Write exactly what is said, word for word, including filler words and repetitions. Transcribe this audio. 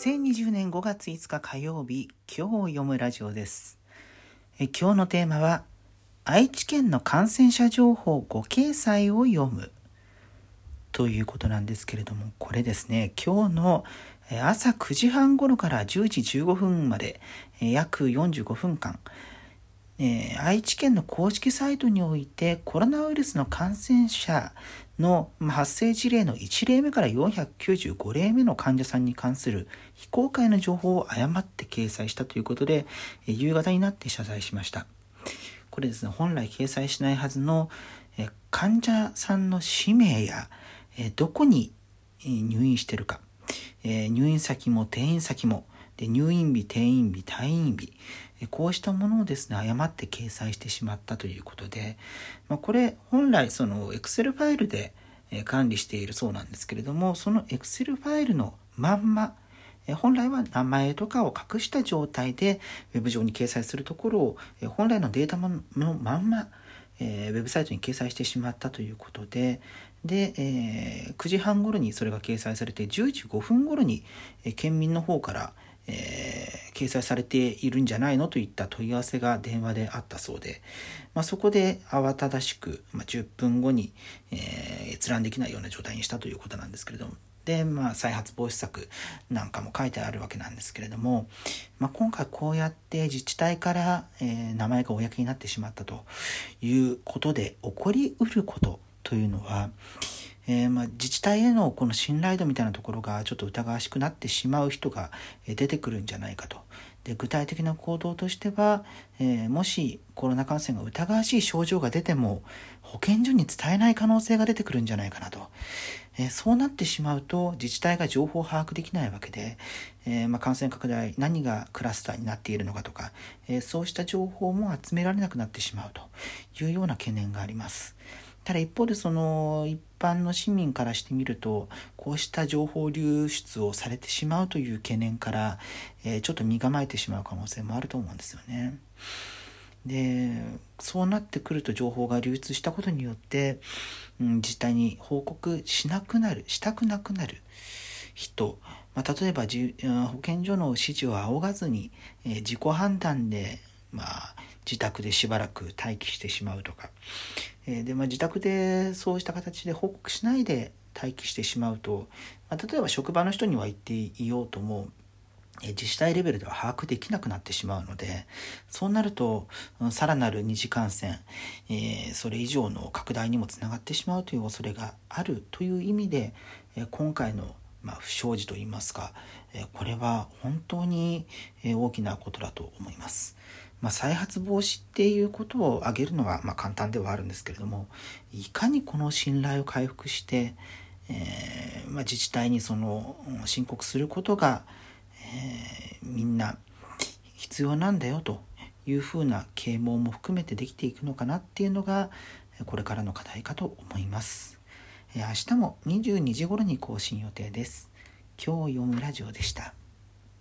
せんにじゅうねんごがついつか火曜日、今日読むラジオです。え今日のテーマは、愛知県の感染者情報ご掲載を読むということなんですけれども、これですね、今日の朝くじはん頃からじゅうじじゅうごふんまで約よんじゅうごふんかん、えー、愛知県の公式サイトにおいてコロナウイルスの感染者の発生事例のいちれいめからよんひゃくきゅうじゅうごれいめの患者さんに関する非公開の情報を誤って掲載したということで、えー、夕方になって謝罪しました。これですね、本来掲載しないはずの、えー、患者さんの氏名や、えー、どこに入院しているか、えー、入院先も転院先もで入院日、転院日、退院日、こうしたものをですね、誤って掲載してしまったということで、まあ、これ本来その Excel ファイルで管理しているそうなんですけれども、その Excel ファイルのまんま、本来は名前とかを隠した状態でウェブ上に掲載するところを、本来のデータのまんまウェブサイトに掲載してしまったということで、で、えー、くじはん頃にそれが掲載されて、じゅうじごふん頃に県民の方からえー、掲載されているんじゃないのといった問い合わせが電話であったそうで、まあ、そこで慌ただしく、まあ、じゅっぷんごに、えー、閲覧できないような状態にしたということなんですけれども、で、まあ、再発防止策なんかも書いてあるわけなんですけれども、まあ、今回こうやって自治体から、えー、名前が公になってしまったということで起こりうることというのは、えーまあ、自治体へのこの信頼度みたいなところがちょっと疑わしくなってしまう人が出てくるんじゃないかと。で、具体的な行動としては、えー、もしコロナ感染が疑わしい症状が出ても保健所に伝えない可能性が出てくるんじゃないかなと。えー、そうなってしまうと自治体が情報を把握できないわけで、えーまあ、感染拡大、何がクラスターになっているのかとか、えー、そうした情報も集められなくなってしまうというような懸念があります。ただ一方でその一般の市民からしてみると、こうした情報流出をされてしまうという懸念から、えー、ちょっと身構えてしまう可能性もあると思うんですよね。で、そうなってくると情報が流出したことによって、うん、自治体に報告しなくなる、したくなくなる人、まあ、例えばじ保健所の指示を仰がずに、えー、自己判断で、まあ、自宅でしばらく待機してしまうとか、えーでまあ、自宅でそうした形で報告しないで待機してしまうと、まあ、例えば職場の人には言っていようとも、えー、自治体レベルでは把握できなくなってしまうので、そうなると、うん、さらなる二次感染、えー、それ以上の拡大にもつながってしまうという恐れがあるという意味で、えー、今回のまあ、不祥事といいますか、えー、これは本当に大きなことだと思います。まあ、再発防止っていうことを挙げるのはまあ簡単ではあるんですけれども、いかにこの信頼を回復して、えーまあ、自治体にその申告することが、えー、みんな必要なんだよというふうな啓蒙も含めてできていくのかなっていうのがこれからの課題かと思います。明日もにじゅうにじ頃に更新予定です。今日読むラジオでした。